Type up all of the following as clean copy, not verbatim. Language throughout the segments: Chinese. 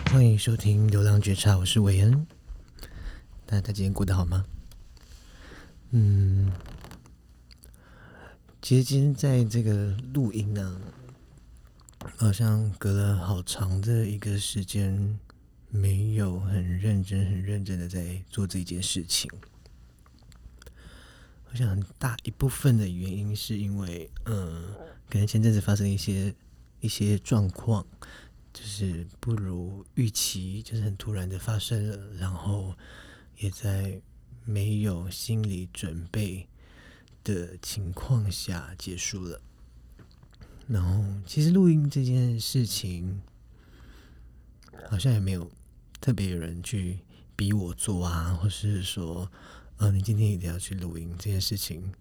欢迎收听《流浪觉察》，我是韦恩。大家今天过得好吗？其实今天在这个录音呢，好像隔了好长的一个时间，没有很认真的在做这件事情。我想很大一部分的原因是因为，可能前阵子发生一些状况，就是不如预期，就是很突然的发生了，然后也在没有心理准备的情况下结束了。然后其实录音这件事情好像也没有特别有人去逼我做啊，或是说你今天一定要去录音这件事情。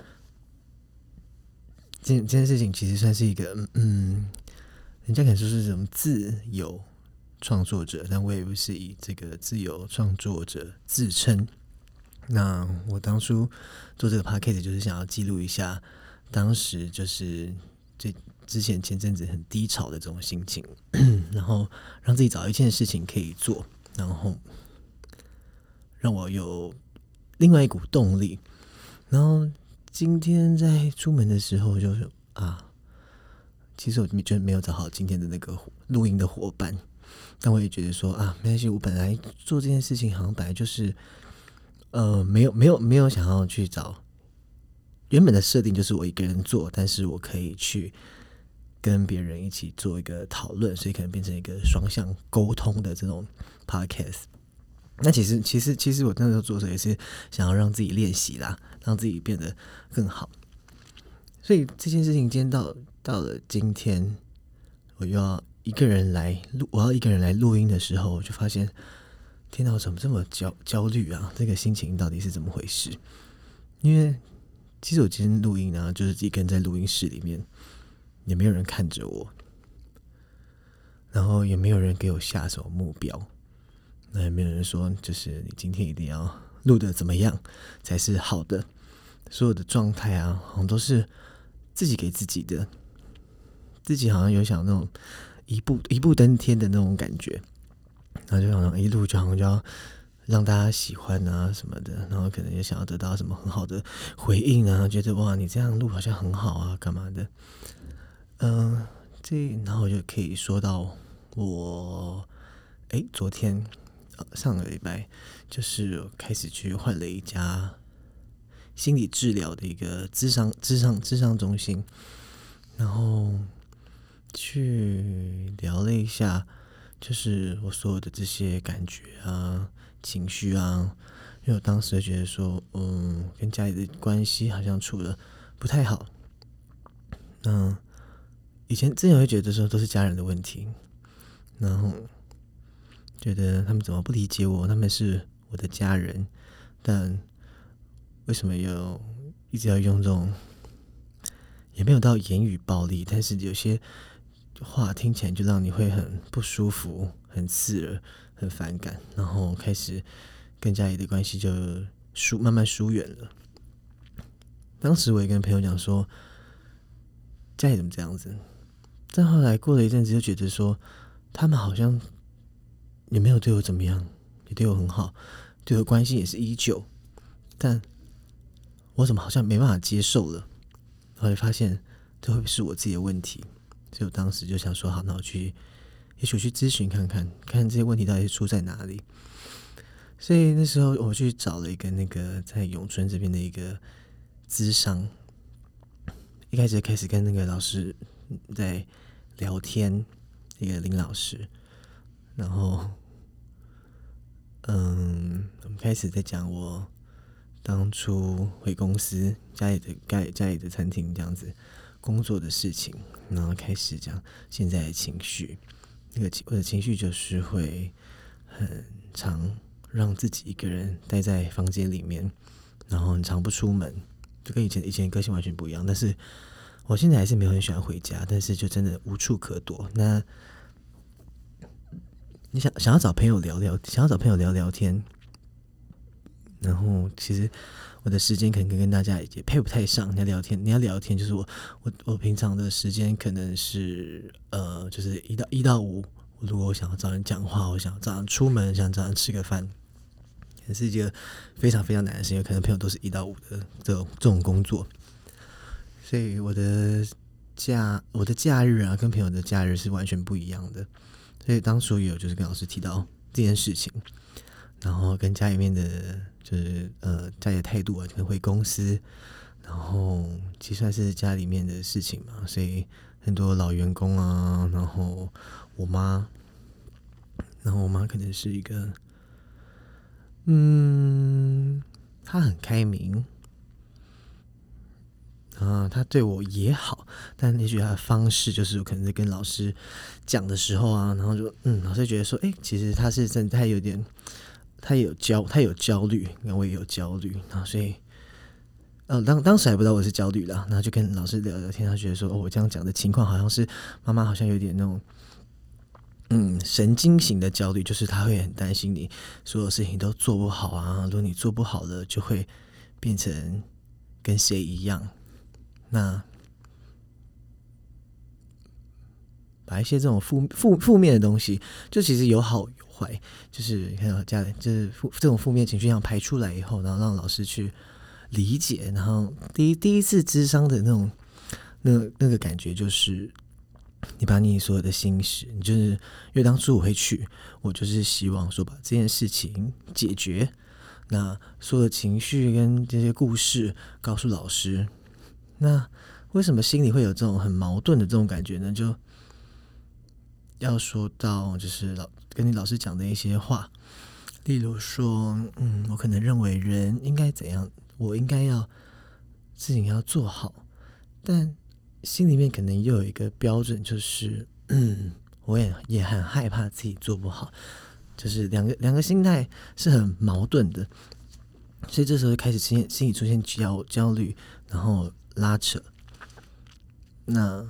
这件事情其实算是一个人家可能说是什么自由创作者，但我也不是以这个自由创作者自称。那我当初做这个 podcast 就是想要记录一下当时就是之前前阵子很低潮的这种心情，然后让自己找一件事情可以做，然后让我有另外一股动力。然后今天在出门的时候就是其实我觉得没有找好今天的那个录音的伙伴，但我也觉得说没关系，我本来做这件事情好像本来就是没有想要去找，原本的设定就是我一个人做，但是我可以去跟别人一起做一个讨论，所以可能变成一个双向沟通的这种 podcast。那其实我那时候做的时候也是想要让自己练习啦，让自己变得更好。所以这件事情今天到了今天，我又要一个人来录音的时候，我就发现，天哪，我怎么这么焦虑啊？这个心情到底是怎么回事？因为其实我今天录音呢，就是自己一个人在录音室里面，也没有人看着我，然后也没有人给我下什么目标，那也没有人说就是你今天一定要录的怎么样才是好的，所有的状态好像都是自己给自己的，自己好像有想那种一步登天的那种感觉，然后就好像一路就好像就要让大家喜欢什么的，然后可能也想要得到什么很好的回应觉得哇你这样录好像很好干嘛的，然后我就可以说到我昨天上个礼拜就是开始去换了一家心理治疗的一个諮商中心，然后去聊了一下，就是我所有的这些感觉情绪因为我当时就觉得说，跟家里的关系好像处得不太好。之前会觉得说都是家人的问题，然后觉得他们怎么不理解我，他们是我的家人，但为什么一直要用这种，也没有到言语暴力，但是有些话听起来就让你会很不舒服，很刺耳，很反感，然后开始跟家里的关系就慢慢疏远了。当时我也跟朋友讲说，家里怎么这样子？但后来过了一阵子，就觉得说，他们好像也没有对我怎么样，也对我很好，对我关系也是依旧，但我怎么好像没办法接受了？后来发现这会不会是我自己的问题？所以我当时就想说，好，那也许去咨询看看这些问题到底是出在哪里。所以那时候我去找了一个那个在永春这边的一个諮商，一开始跟那个老师在聊天，一个林老师，然后我们开始在讲我当初回公司家里的餐厅这样子工作的事情，然后开始讲现在的情绪。我的情绪就是会很常让自己一个人待在房间里面，然后很常不出门，就跟以前个性完全不一样。但是我现在还是没有很喜欢回家，但是就真的无处可躲。那你想要找朋友聊聊天，然后其实我的时间可能跟大家也配不太上。你要聊天，就是我平常的时间可能是就是一到五，我如果我想要找人讲话，我想要找人出门，想找人吃个饭，也是一个非常非常难的事情。可能朋友都是1到5的这种工作，所以我的假日啊，跟朋友的假日是完全不一样的。所以当初也有就是跟老师提到这件事情，然后跟家里面的就是家里的态度啊，可能回公司，然后其实算是家里面的事情嘛，所以很多老员工啊，然后我妈可能是一个，她很开明。他对我也好，但也许他的方式就是可能是跟老师讲的时候啊，然后就老师觉得说，其实他是真的，他有焦虑，然后我也有焦虑，然后所以当时还不知道我是焦虑啦，然后就跟老师聊聊天，他觉得说，我这样讲的情况好像是妈妈好像有点那种神经型的焦虑，就是他会很担心你所有事情都做不好啊，如果你做不好了，就会变成跟谁一样。那把一些这种负面的东西，就其实有好有坏，就是看家人就是这种负面情绪想排出来以后，然后让老师去理解，然后第一次諮商的那个感觉就是，你把你所有的心事，你就是因为当初我会去，我就是希望说把这件事情解决，那所有的情绪跟这些故事告诉老师。那为什么心里会有这种很矛盾的这种感觉呢？就要说到就是跟你老师讲的一些话，例如说，我可能认为人应该怎样，我应该要事情要做好，但心里面可能又有一个标准，就是我也很害怕自己做不好，就是两个心态是很矛盾的，所以这时候就开始心里出现焦虑，然后拉扯。那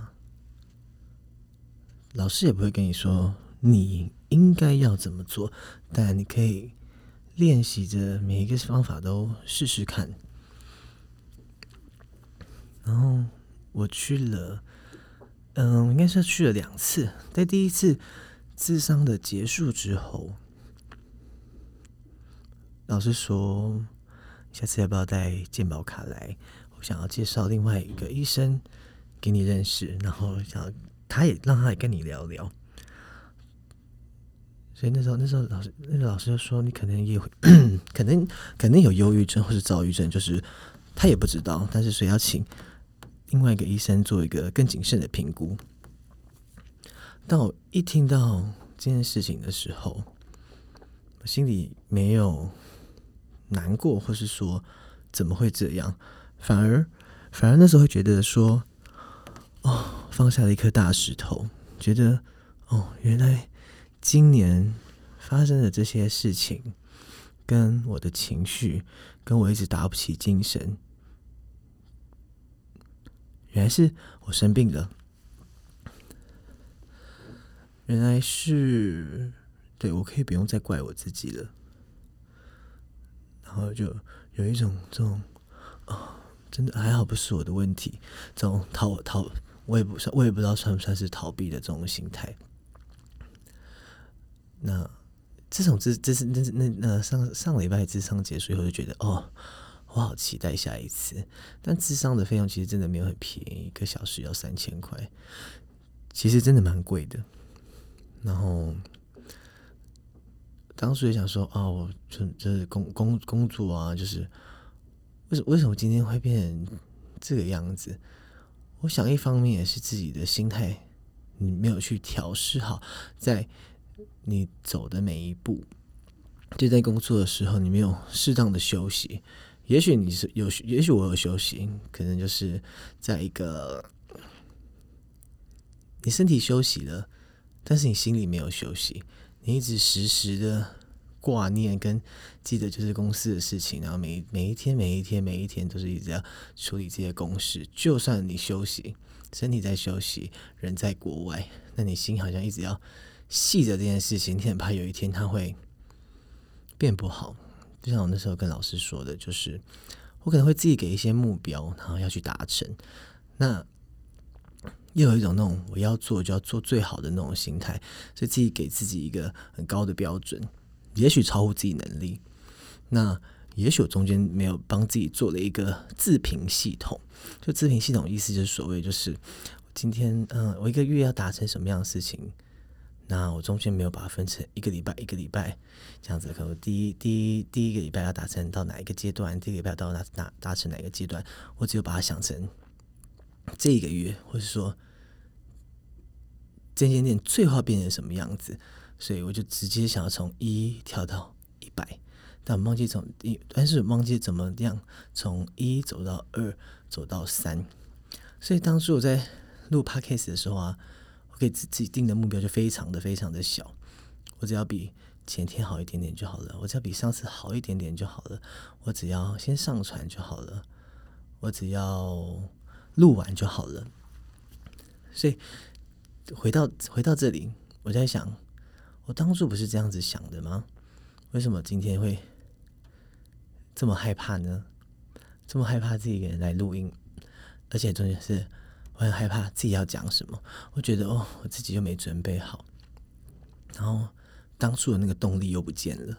老师也不会跟你说你应该要怎么做，但你可以练习着每一个方法都试试看。然后我去了，应该是去了2次。在第一次諮商的结束之后，老师说下次要不要带健保卡来，我想要介绍另外一个医生给你认识，然后让他也跟你聊聊。所以那时候那个老师就说，你可能也会可能有忧郁症或是躁郁症，就是他也不知道，但是所以要请另外一个医生做一个更谨慎的评估。当我一听到这件事情的时候，我心里没有难过，或是说怎么会这样，反而那时候会觉得说，放下了一颗大石头，觉得原来今年发生的这些事情，跟我的情绪，跟我一直打不起精神，原来是我生病了，原来是对我可以不用再怪我自己了，然后就有一种这种真的还好不是我的问题，这种我也不知道算不算是逃避的这种心态。那自从上礼拜諮商结束以后，就觉得我好期待下一次。但諮商的费用其实真的没有很便宜，1个小时要3000块，其实真的蛮贵的。然后当时也想说，我就是工作啊，就是为什么今天会变成这个样子？我想一方面也是自己的心态，你没有去调试好，在你走的每一步，就在工作的时候，你没有适当的休息。也许我有休息，可能就是在一个你身体休息了，但是你心里没有休息，你一直时时的挂念跟记得就是公司的事情，然后每一天都是一直要处理这些公事。就算你休息，身体在休息，人在国外，那你心好像一直要系着这件事情，你很怕有一天它会变不好。就像我那时候跟老师说的，就是我可能会自己给一些目标，然后要去达成。那又有一种那种我要做就要做最好的那种心态，所以自己给自己一个很高的标准，也许超乎自己能力。那也许我中间没有帮自己做了一个自评系统，就自评系统意思就是所谓就是今天我一个月要达成什么样的事情，那我中间没有把它分成一个礼拜这样子，可能第一个礼拜要达成到哪一个阶段，第一个礼拜要达成哪一个阶段，我只有把它想成这一个月，或者说这间店最后变成什么样子，所以我就直接想要从1跳到100，但我忘记怎么样从1走到2，走到3。所以当初我在录 podcast 的时候啊，我给自己定的目标就非常的小，我只要比前天好一点点就好了，我只要比上次好一点点就好了，我只要先上传就好了，我只要录完就好了。所以回到这里，我在想，我当初不是这样子想的吗？为什么今天会这么害怕呢？这么害怕自己一个人来录音，而且重点是我很害怕自己要讲什么，我觉得我自己又没准备好，然后当初的那个动力又不见了。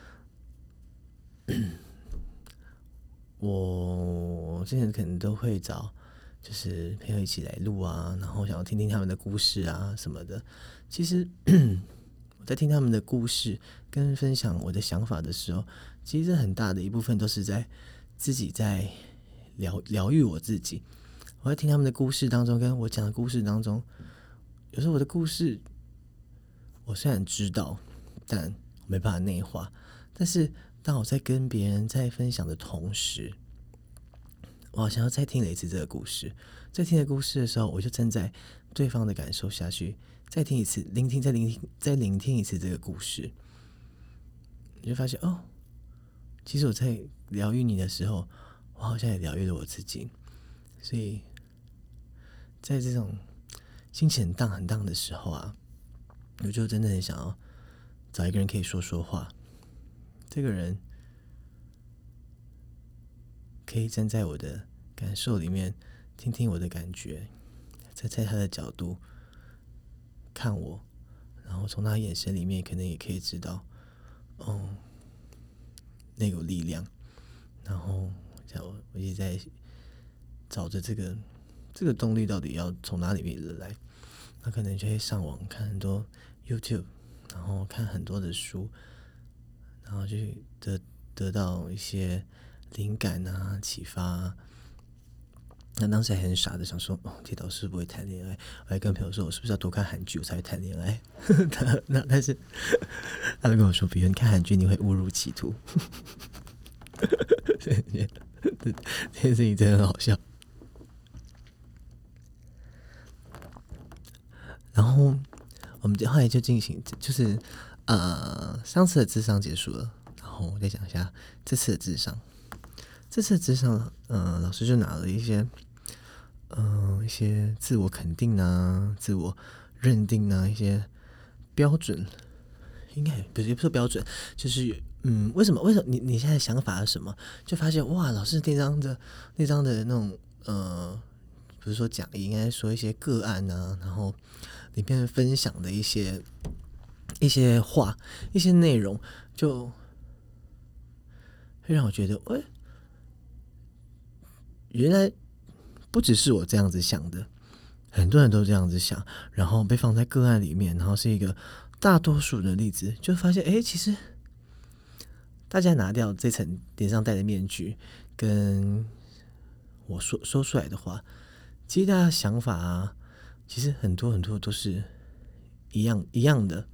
我之前可能都会找就是朋友一起来录啊，然后想要听听他们的故事啊什么的。其实我在听他们的故事跟分享我的想法的时候，其实很大的一部分都是在自己在疗愈我自己。我在听他们的故事当中，跟我讲的故事当中，有时候我的故事我虽然知道，但我没办法内化。但是当我在跟别人在分享的同时，我好像又再听了一次这个故事。在听的故事的时候，我就站在对方的感受下去，再听一次，再聆听一次这个故事，你就发现其实我在疗愈你的时候，我好像也疗愈了我自己。所以在这种心情很荡的时候啊，我就真的很想要找一个人可以说说话，这个人可以站在我的感受里面听听我的感觉，在他的角度看我，然后从他眼神里面可能也可以知道那有力量。然后我一直在找着这个动力到底要从哪里面来，那可能就会上网看很多 YouTube， 然后看很多的书，然后就得到一些灵感啊启发啊。那当时还很傻的想说，铁导是不会谈恋爱，我还跟朋友说我是不是要多看韩剧我才会谈恋爱。但是他就跟我说，比如你看韩剧你会误入歧途。这件事情真的很好笑。然后我们后来就进行，就是上次的諮商结束了，然后我再讲一下这次的諮商。这次的諮商，老师就拿了一些自我肯定啊、自我认定啊一些标准，应该也不是标准，就是为什么你现在想法是什么？就发现哇，老师那张的那种不是说讲义，应该说一些个案啊，然后里面分享的一些话、一些内容，就会让我觉得，原来不只是我这样子想的，很多人都这样子想，然后被放在个案里面，然后是一个大多数的例子，就发现其实大家拿掉这层脸上戴的面具，跟我说出来的话，其实大家想法啊，其实很多都是一样的。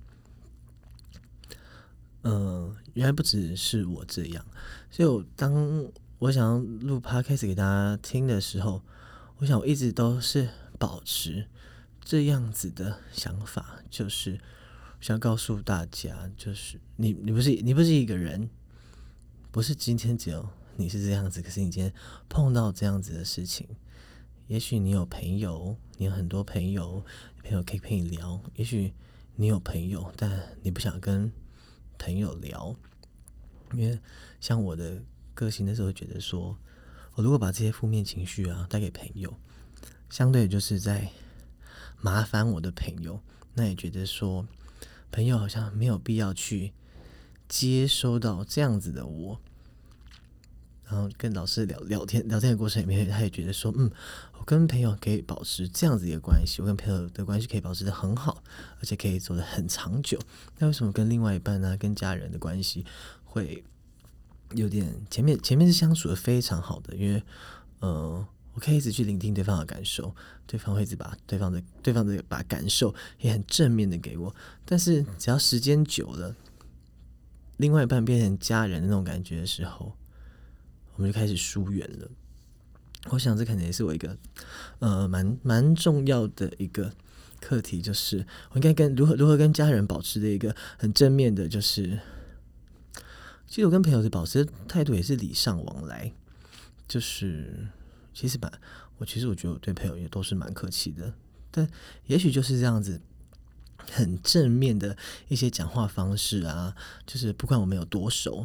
原来不只是我这样，所以当我想要录 podcast 给大家听的时候，我想我一直都是保持这样子的想法，就是想告诉大家，就是你不是一个人，不是今天只有你是这样子，可是你今天碰到这样子的事情，也许你有朋友，你有很多朋友可以陪你聊，也许你有朋友，但你不想跟朋友聊，因为像我的个性那时候觉得说，我如果把这些负面情绪啊带给朋友，相对就是在麻烦我的朋友，那也觉得说朋友好像没有必要去接收到这样子的我。然后跟老师聊天的过程里面，他也觉得说，我跟朋友可以保持这样子一个关系，我跟朋友的关系可以保持得很好，而且可以走得很长久。那为什么跟另外一半啊，跟家人的关系会有点前面是相处的非常好的？因为我可以一直去聆听对方的感受，对方会一直把对方的把感受也很正面的给我，但是只要时间久了，另外一半变成家人的那种感觉的时候，我们就开始疏远了。我想这可能也是我一个蛮重要的一个课题，就是我应该如何跟家人保持的一个很正面的，就是其实我跟朋友的保持态度也是礼尚往来，就是其实我觉得我对朋友也都是蛮客气的，但也许就是这样子很正面的一些讲话方式啊，就是不管我们有多熟，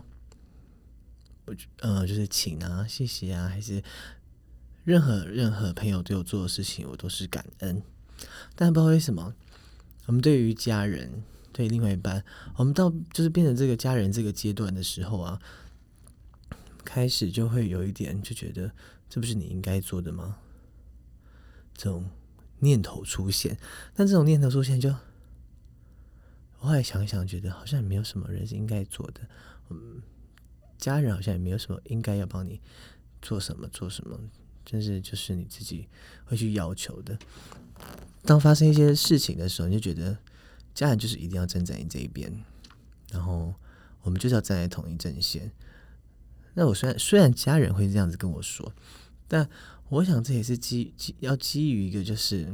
就是请啊、谢谢啊，还是任何朋友对我做的事情，我都是感恩。但不知道为什么，我们对于家人、对另外一半，我们到就是变成这个家人这个阶段的时候啊，开始就会有一点就觉得，这不是你应该做的吗？这种念头出现，但这种念头出现就，我后来想一想，觉得好像也没有什么人是应该做的。家人好像也没有什么应该要帮你做什么，真是就是你自己会去要求的。当发生一些事情的时候，你就觉得家人就是一定要站在你这一边，然后我们就是要站在同一阵线。那我虽然家人会这样子跟我说，但我想这也是要基于一个就是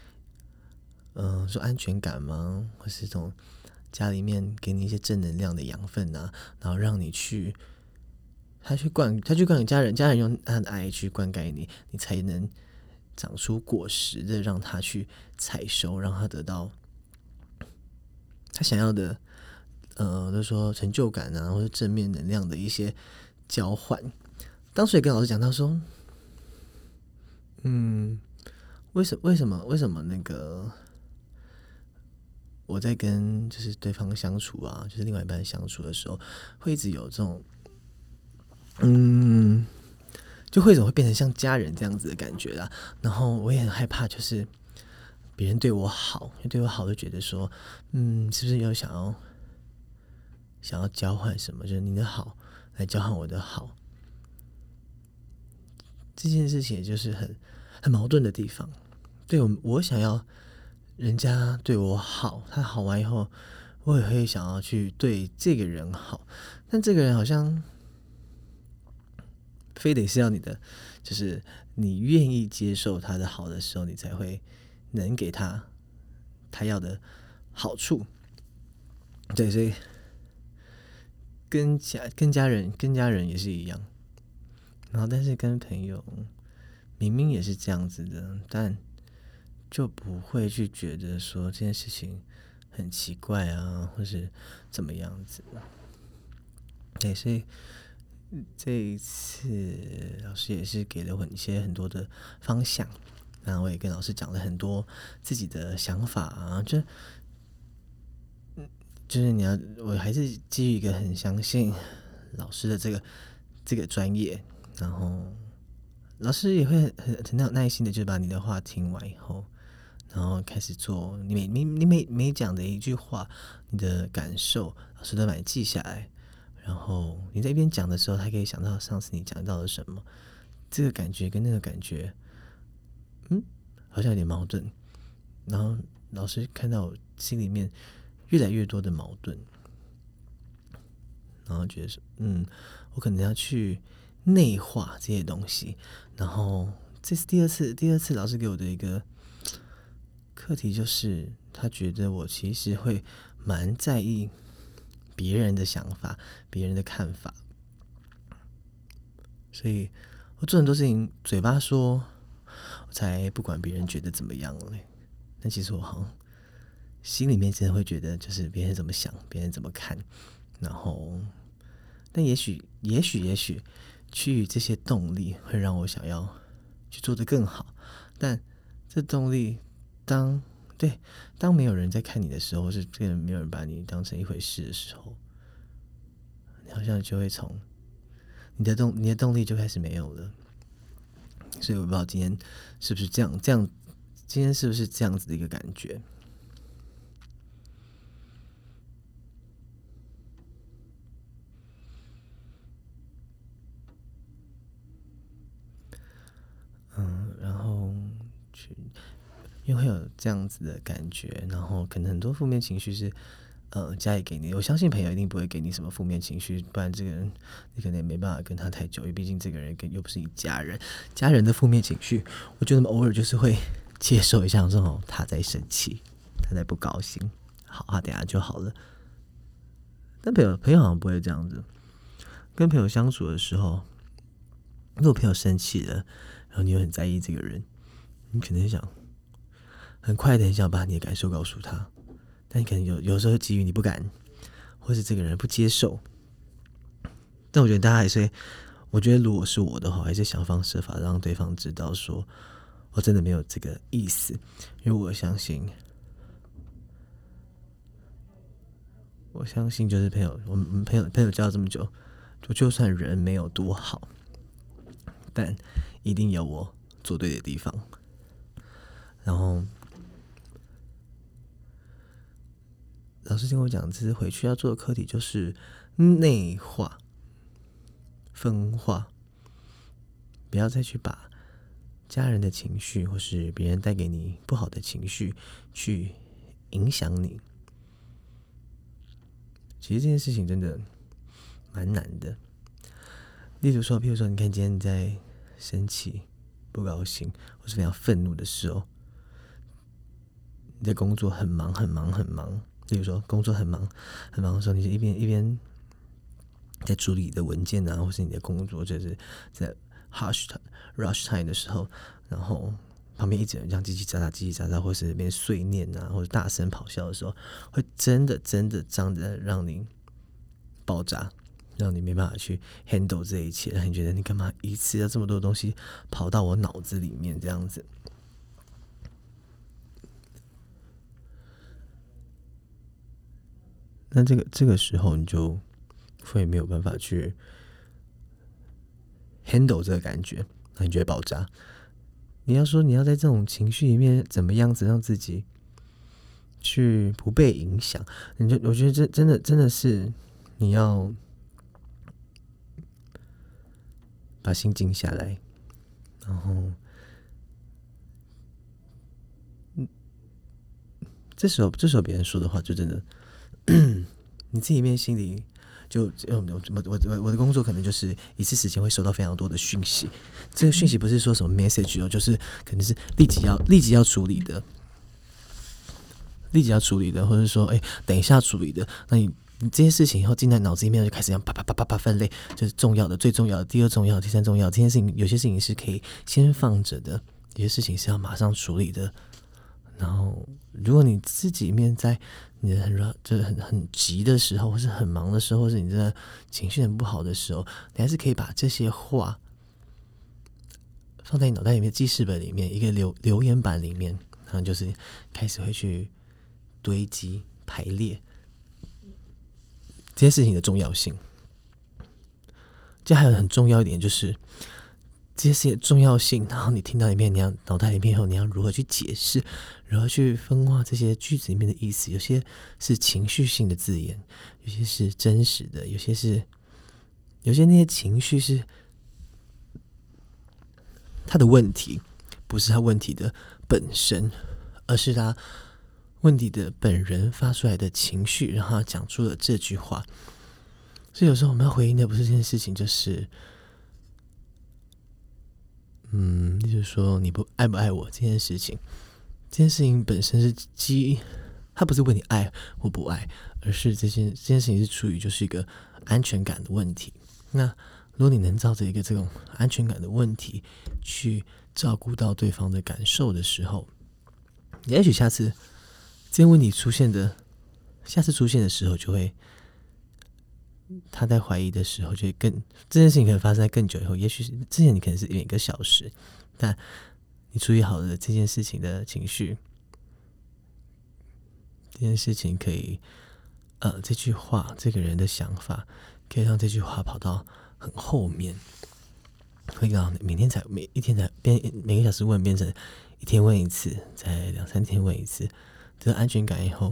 说安全感吗？或是这种家里面给你一些正能量的养分啊，然后让你去他去灌你家人，家人用他的爱去灌溉你，你才能长出果实的，让他去采收，让他得到他想要的，就是说成就感啊，或者正面能量的一些交换。当时也跟老师讲到说，为什么那个我在跟就是对方相处啊，就是另外一半相处的时候，会一直有这种就会变成像家人这样子的感觉啦。然后我也很害怕，就是别人对我好，因为对我好就觉得说，是不是有想要交换什么？就是你的好来交换我的好，这件事情也就是很矛盾的地方。对我想要人家对我好，他好完以后，我也会想要去对这个人好，但这个人好像非得是要你的，就是你愿意接受他的好的时候，你才会能给他要的好处。对，所以跟家人也是一样。然后，但是跟朋友明明也是这样子的，但就不会去觉得说这件事情很奇怪啊，或是怎么样子。对，所以这一次老师也是给了我一些很多的方向，那我也跟老师讲了很多自己的想法啊，就是我还是基于一个很相信老师的这个专业，然后老师也会很有耐心的，就把你的话听完以后，然后开始做你每讲的一句话，你的感受，老师都把你记下来。然后你在一边讲的时候，他可以想到上次你讲到了什么，这个感觉跟那个感觉，好像有点矛盾。然后老师看到我心里面越来越多的矛盾，然后觉得说，我可能要去内化这些东西。然后这是第二次老师给我的一个课题，就是他觉得我其实会蛮在意别人的想法、别人的看法，所以我做很多事情嘴巴说，我才不管别人觉得怎么样嘞。但其实我好像心里面真的会觉得，就是别人怎么想，别人怎么看，然后，但也许去这些动力会让我想要去做得更好，但这动力当对，当没有人在看你的时候，或是这个人没有人把你当成一回事的时候，你好像就会从你的动力就开始没有了。所以我不知道今天是不是这样，今天是不是这样子的一个感觉？然后因为会有这样子的感觉，然后可能很多负面情绪是家里给你，我相信朋友一定不会给你什么负面情绪，不然这个人你可能也没办法跟他太久，因为毕竟这个人又不是你家人，家人的负面情绪，我觉得偶尔就是会接受一下，说他在生气，他在不高兴，好，他等下就好了。但朋友好像不会这样子，跟朋友相处的时候，如果朋友生气了，然后你又很在意这个人，你可能想很快的很想把你的感受告诉他，但你可能有时候基于你不敢，或是这个人不接受。但我觉得大家还是我觉得如果是我的话，还是想方设法让对方知道说我真的没有这个意思，因为我相信就是我们朋友交了这么久，就算人没有多好，但一定有我做对的地方。然后老师跟我讲，这次回去要做的课题就是内化、分化，不要再去把家人的情绪或是别人带给你不好的情绪去影响你。其实这件事情真的蛮难的。譬如说，你看今天你在生气、不高兴或是非常愤怒的时候，你在工作很忙，例如说工作很忙的时候，你就一边在处理你的文件啊，或是你的工作，就是在 rush time 的时候，然后旁边一直有人这样叽叽喳喳，或是那边碎念啊，或者大声咆哮的时候，会真的这样的让你爆炸，让你没办法去 handle 这一切，让你觉得你干嘛一次要这么多东西跑到我脑子里面这样子。那这个时候你就会没有办法去 handle 这个感觉，那你就会爆炸。你要说你要在这种情绪里面怎么样子让自己去不被影响，我觉得这真的是你要把心静下来，然后这时候别人说的话就真的你自己面心里就我的工作可能就是一次时间会收到非常多的讯息，这个讯息不是说什么 message 就是可能是立即要处理的，或者说等一下处理的。那你这些事情以后进在脑子里面就开始这样啪分类，就是重要的、最重要的、第二重要的、第三重要的。这件事情有些事情是可以先放着的，有些事情是要马上处理的。然后，如果你自己面在你的很急的时候，或是很忙的时候，或是你真的情绪很不好的时候，你还是可以把这些话放在你脑袋里面记事本里面一个留言板里面，然后就是开始会去堆积排列这些事情的重要性。这还有很重要一点就是这些事情的重要性，然后你听到里面，你要脑袋里面以后，你要如何去解释，如何去分化这些句子里面的意思？有些是情绪性的字眼，有些是真实的，有些那些情绪是他的问题，不是他问题的本身，而是他问题的本人发出来的情绪，让他讲出了这句话。所以有时候我们要回应的不是这件事情，就是例如说你爱不爱我这件事情，本身是它不是问你爱或不爱，而是这件事情是出于就是一个安全感的问题。那如果你能照着一个这种安全感的问题去照顾到对方的感受的时候，也许下次这件问题出现的时候，就会他在怀疑的时候，就会这件事情可能发生在更久以后，也许之前你可能是1个小时，但你处理好了这件事情的情绪， 这件事情可以，这句话，这个人的想法，可以让这句话跑到很后面，会让每一天才每个小时问变成一天问一次，再2-3天问一次，这个安全感以后，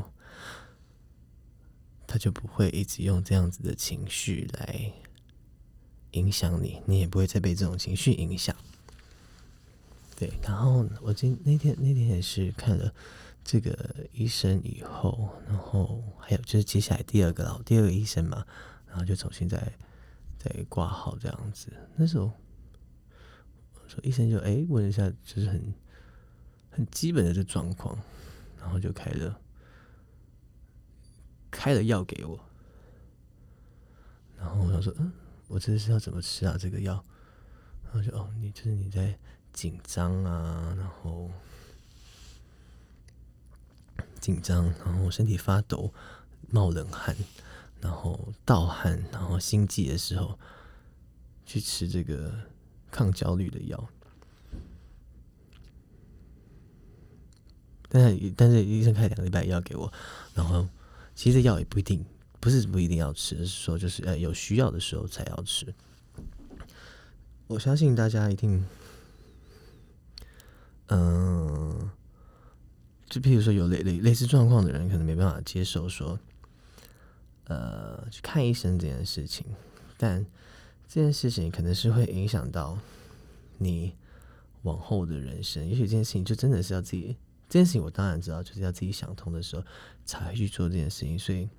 他就不会一直用这样子的情绪来影响你，你也不会再被这种情绪影响。对，然后我那天也是看了这个医生以后，然后还有就是接下来第二个医生嘛，然后就重新再挂号这样子。那时候医生就问了一下，就是很基本的这状况，然后就开了药给我，然后我想说，我这是要怎么吃啊这个药？然后就你在紧张啊，然后身体发抖、冒冷汗，然后盗汗，然后心悸的时候，去吃这个抗焦虑的药。但是医生开2个礼拜药给我，然后其实这药也不一定要吃，是说就是有需要的时候才要吃。我相信大家一定，就譬如说有类似状况的人，可能没办法接受说，去看医生这件事情，但这件事情可能是会影响到你往后的人生。也许这件事情就真的是要自己，这件事情我当然知道，就是要自己想通的时候才会去做这件事情。所以，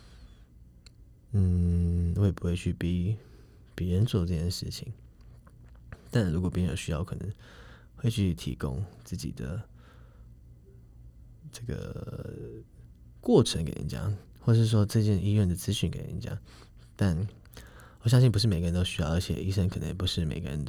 我也不会去逼别人做这件事情。但如果别人有需要，可能会去提供自己的这个过程给人家，或是说这件医院的资讯给人家。但我相信不是每个人都需要，而且医生可能也不是每个人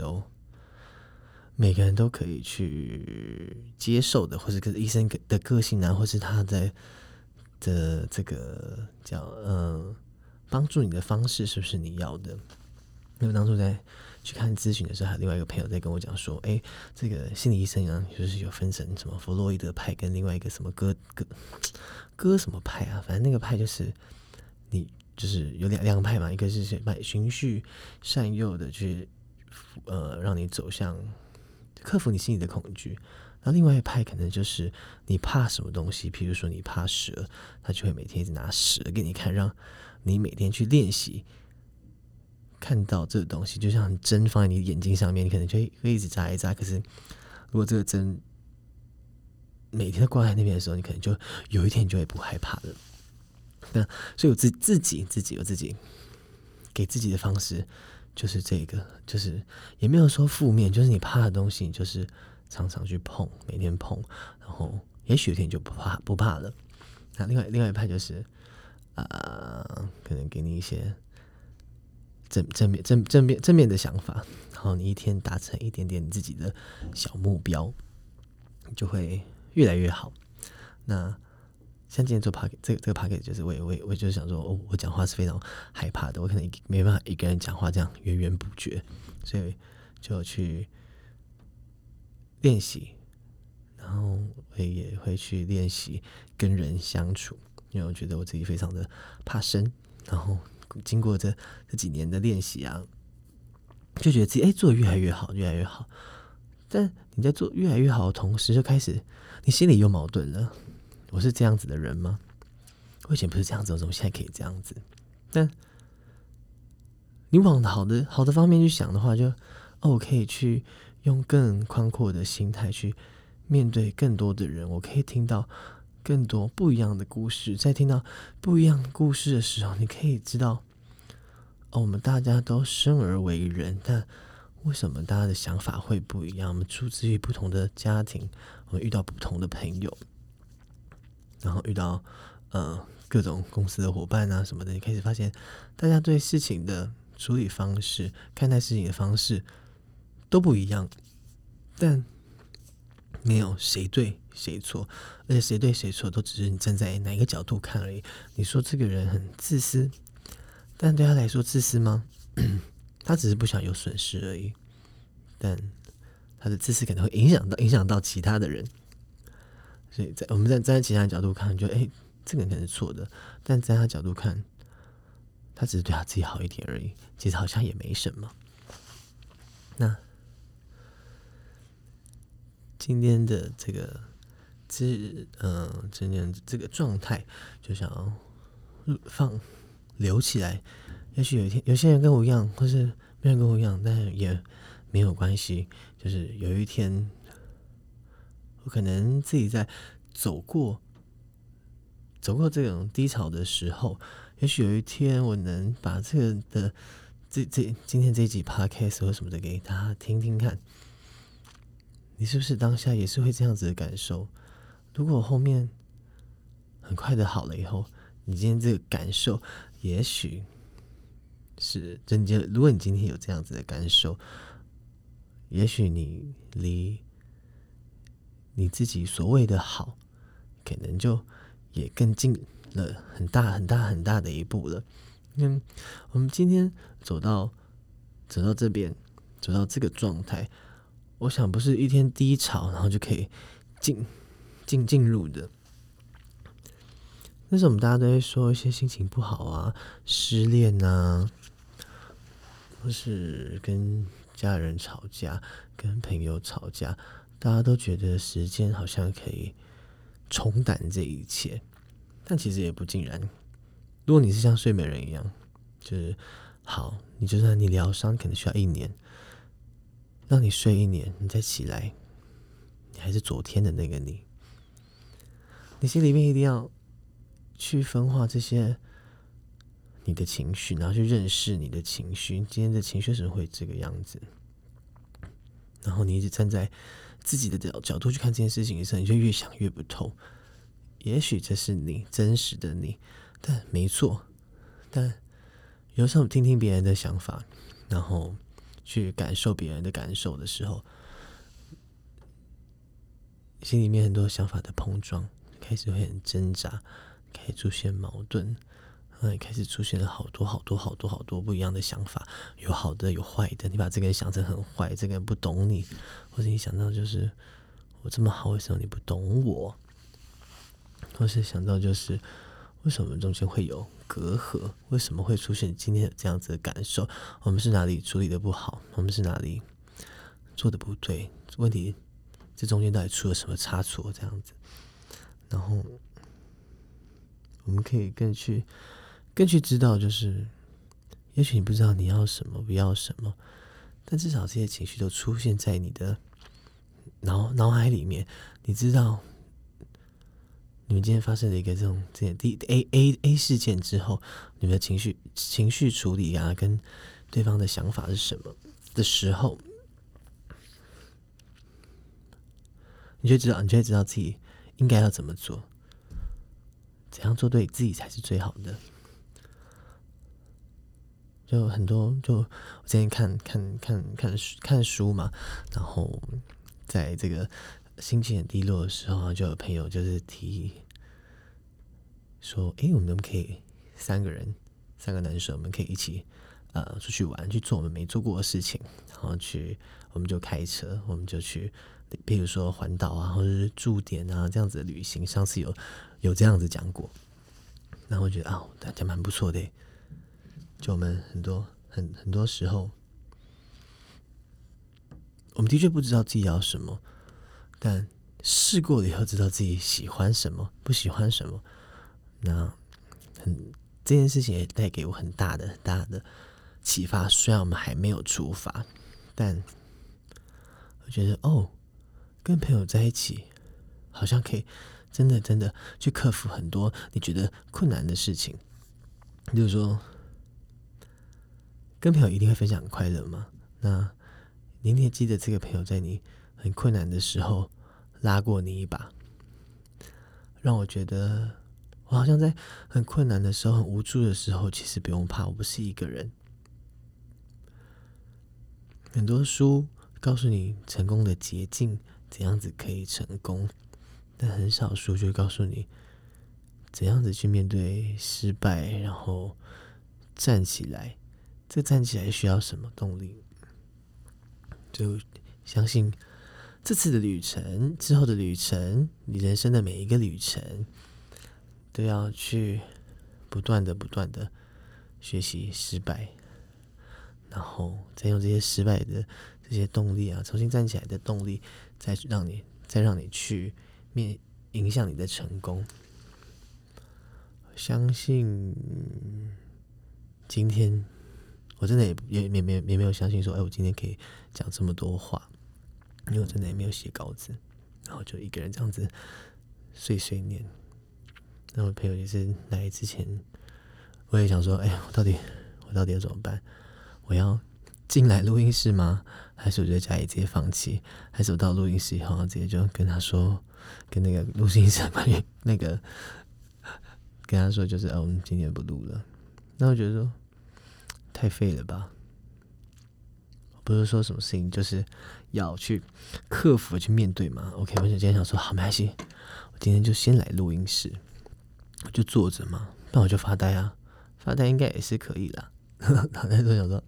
都可以去接受的，或是医生的个性啊，或是他的这个叫帮助你的方式是不是你要的。因为当初在去看咨询的时候，还有另外一个朋友在跟我讲说，这个心理医生啊，就是有分成什么弗洛伊德派跟另外一个什么哥什么派啊，反正那个派就是你就是有两个派嘛，一个是循序善诱的去让你走向克服你心里的恐惧，然后另外一派可能就是你怕什么东西，譬如说你怕蛇，他就会每天一直拿蛇给你看，让你每天去练习看到这个东西，就像针放在你眼睛上面，你可能就会一直扎一扎。可是如果这个针每天都挂在那边的时候，你可能就有一天你就会不害怕了。那所以我自己给自己的方式就是这个，就是也没有说负面，就是你怕的东西，你就是常常去碰，每天碰，然后也许有一天你就不怕了。那另外一派就是可能给你一些正面的想法，然后你一天达成一点点你自己的小目标，就会越来越好。那像今天做 podcast 这个 podcast 就是我就是想说，我讲话是非常害怕的，我可能没办法一个人讲话这样源源不绝，所以就去练习，然后我也会去练习跟人相处，因为我觉得我自己非常的怕生，然后经过这几年的练习啊，就觉得自己做得越来越好，越来越好。但你在做越来越好的同时，就开始你心里有矛盾了。我是这样子的人吗？我以前不是这样子，我怎么现在可以这样子？但你往好的方面去想的话，就我可以去用更宽阔的心态去面对更多的人，我可以听到更多不一样的故事。在听到不一样的故事的时候，你可以知道，我们大家都生而为人，但为什么大家的想法会不一样？我们出自于不同的家庭，我们遇到不同的朋友，然后遇到各种公司的伙伴啊什么的，你开始发现大家对事情的处理方式、看待事情的方式都不一样，但没有谁对谁错，而且谁对谁错都只是你站在哪一个角度看而已。你说这个人很自私，但对他来说自私吗？他只是不想有损失而已，但他的自私可能会影响到其他的人。所以我们站在其他的角度看，就这个人可能是错的，但在他角度看，他只是对他自己好一点而已，其实好像也没什么。那今天的这个今天这个状态，就想要留起来。也许有一天，有些人跟我一样，或是没人跟我一样，但也没有关系。就是有一天，我可能自己在走过这种低潮的时候，也许有一天我能把这个的今天这一集 podcast 或什么的给大家听听看。你是不是当下也是会这样子的感受？如果后面很快的好了以后，你今天这个感受，也许是如果你今天有这样子的感受，也许你离你自己所谓的好，可能就也更近了很大很大很大的一步了。我们今天走到这边，走到这个状态，我想不是一天低潮然后就可以进入的。但是我们大家都会说一些心情不好啊、失恋啊，或是跟家人吵架、跟朋友吵架，大家都觉得时间好像可以冲淡这一切，但其实也不尽然。如果你是像睡美人一样，就是好，你就算你疗伤可能需要1年，让你睡1年，你再起来，你还是昨天的那个你。你心里面一定要去分化这些你的情绪，然后去认识你的情绪。今天的情绪为什么会这个样子？然后你一直站在自己的角度去看这件事情的时候，你就越想越不透。也许这是你真实的你，但没错。但有时候听听别人的想法，然后去感受别人的感受的时候，心里面很多想法的碰撞，开始会很挣扎，开始出现矛盾，开始出现了好多不一样的想法，有好的有坏的。你把这个人想成很坏，这个人不懂你，或者你想到就是我这么好，为什么你不懂我？或是想到就是为什么中间会有隔阂？为什么会出现今天这样子的感受？我们是哪里处理的不好？我们是哪里做的不对？问题这中间到底出了什么差错？这样子，然后我们可以更去知道，就是也许你不知道你要什么，不要什么，但至少这些情绪都出现在你的脑海里面，你知道。你们今天发生了一个这种A 事件之后，你们的情绪处理啊，跟对方的想法是什么的时候，你就会知道自己应该要怎么做，怎样做对自己才是最好的。就很多，就我之前看书嘛，然后在这个心情很低落的时候，就有朋友就是提说，我们可以3个男生，我们可以一起出去玩，去做我们没做过的事情，然后我们就开车，我们就去，比如说环岛啊，或者是驻点啊这样子的旅行。上次有这样子讲过，然后我觉得大家蛮不错的。就我们很多时候，我们的确不知道自己要什么，但试过了以后，知道自己喜欢什么，不喜欢什么。那这件事情也带给我很大的启发。虽然我们还没有出发，但我觉得跟朋友在一起，好像可以真的去克服很多你觉得困难的事情。比如说，跟朋友一定会分享很快乐嘛。那你也记得这个朋友在你很困难的时候拉过你一把，让我觉得我好像在很困难的时候、很无助的时候，其实不用怕，我不是一个人。很多书告诉你成功的捷径，怎样子可以成功，但很少书就会告诉你怎样子去面对失败，然后站起来。这站起来需要什么动力？就相信这次的旅程，之后的旅程，你人生的每一个旅程， 都要去不断的学习失败，然后再用这些失败的这些动力啊，重新站起来的动力，再让你去影响你的成功。相信今天我真的也没有相信说，我今天可以讲这么多话，因为我真的也没有写稿子，然后就一个人这样子碎念。那我朋友也是来之前，我也想说，我到底要怎么办？我要进来录音室吗？还是我就在家里直接放弃？还是我到录音室以后直接就跟他说，跟那个录音师关于那个跟他说，就是我们今天不录了。那我觉得说太废了吧。不是说什么事情就是要去克服去面对嘛。OK， 我今天想说好，没关系，我今天就先来录音室，我就坐着嘛，不然我就发呆啊，发呆应该也是可以啦。然后那时候想说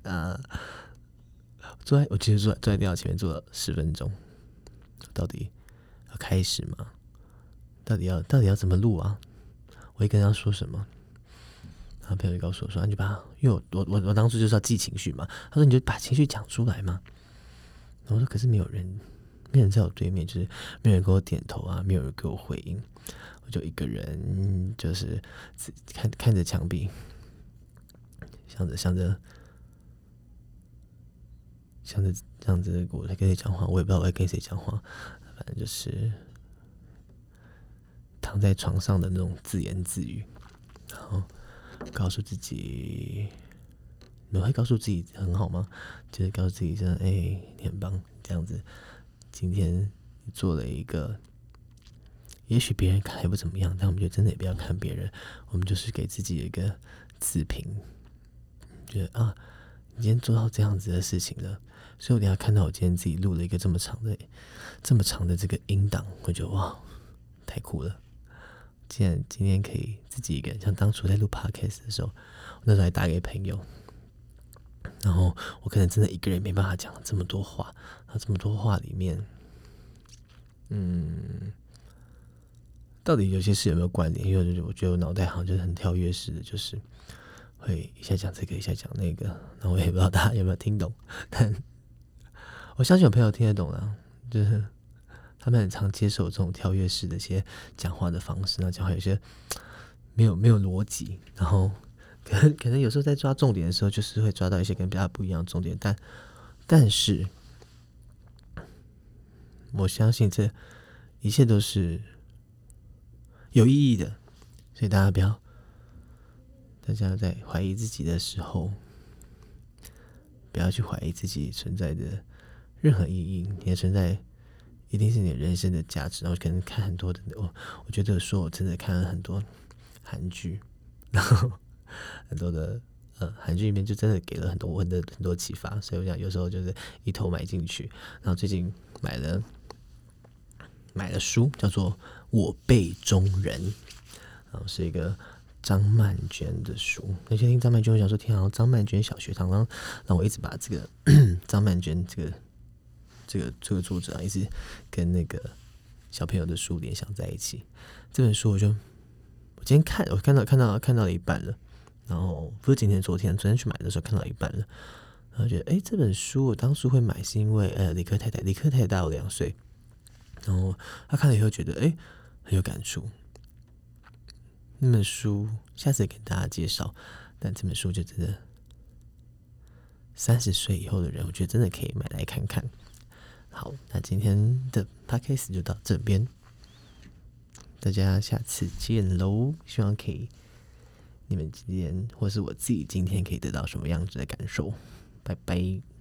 我其实坐在电脑前面坐了10分钟，到底要开始吗？到底要怎么录啊？我会跟他说什么？然后朋友就告诉我说：“你就把，因为我当初就是要记情绪嘛。”他说：“你就把情绪讲出来嘛。”然后我说：“可是没有人在我对面，就是没有人给我点头啊，没有人给我回应，我就一个人，就是看着墙壁，想着这样子，我在跟谁讲话，我也不知道我在跟谁讲话，反正就是躺在床上的那种自言自语，然后告诉自己，你会告诉自己很好吗？就是告诉自己真的，你很棒，这样子，今天做了一个，也许别人看还不怎么样，但我们就真的也不要看别人，我们就是给自己一个自评，觉得你今天做到这样子的事情了。所以我等一下看到我今天自己录了一个这么长的这个音档，我觉得哇，太酷了！既然今天可以自己一个人，像当初在录 podcast 的时候，我那时候还打给朋友，然后我可能真的一个人没办法讲这么多话，然后这么多话里面，到底有些事有没有关联？因为我觉得我脑袋好像就是很跳跃式的，就是会一下讲这个，一下讲那个，然后我也不知道大家有没有听懂，但我相信有朋友听得懂啦，就是他们很常接受这种跳跃式的一些讲话的方式，然后讲话有些没有逻辑，然后可能有时候在抓重点的时候，就是会抓到一些跟别人不一样的重点，但是我相信这一切都是有意义的，所以大家在怀疑自己的时候，不要去怀疑自己存在的任何意义，你的存在一定是你人生的价值。然后可能看很多的，我觉得说我真的看了很多韩剧，然后很多的韩剧里面就真的给了很多启发，所以我想有时候就是一头埋进去。然后最近买了书，叫做《我辈中人》，然后是一个张曼娟的书。那些听张曼娟，我想说，天啊，张曼娟小学堂，让我一直把这个张曼娟这个作者一直跟那个小朋友的书联想在一起。这本书我今天看到了一半了，然后不是昨天去买的时候看到一半了，然后觉得这本书我当初会买是因为理科太太大我2岁，然后他看了以后觉得很有感触。那本书下次给大家介绍，但这本书就真的30岁以后的人，我觉得真的可以买来看看。好，那今天的 podcast 就到这边，大家下次见喽！希望可以你们今天或是我自己今天可以得到什么样子的感受，拜拜。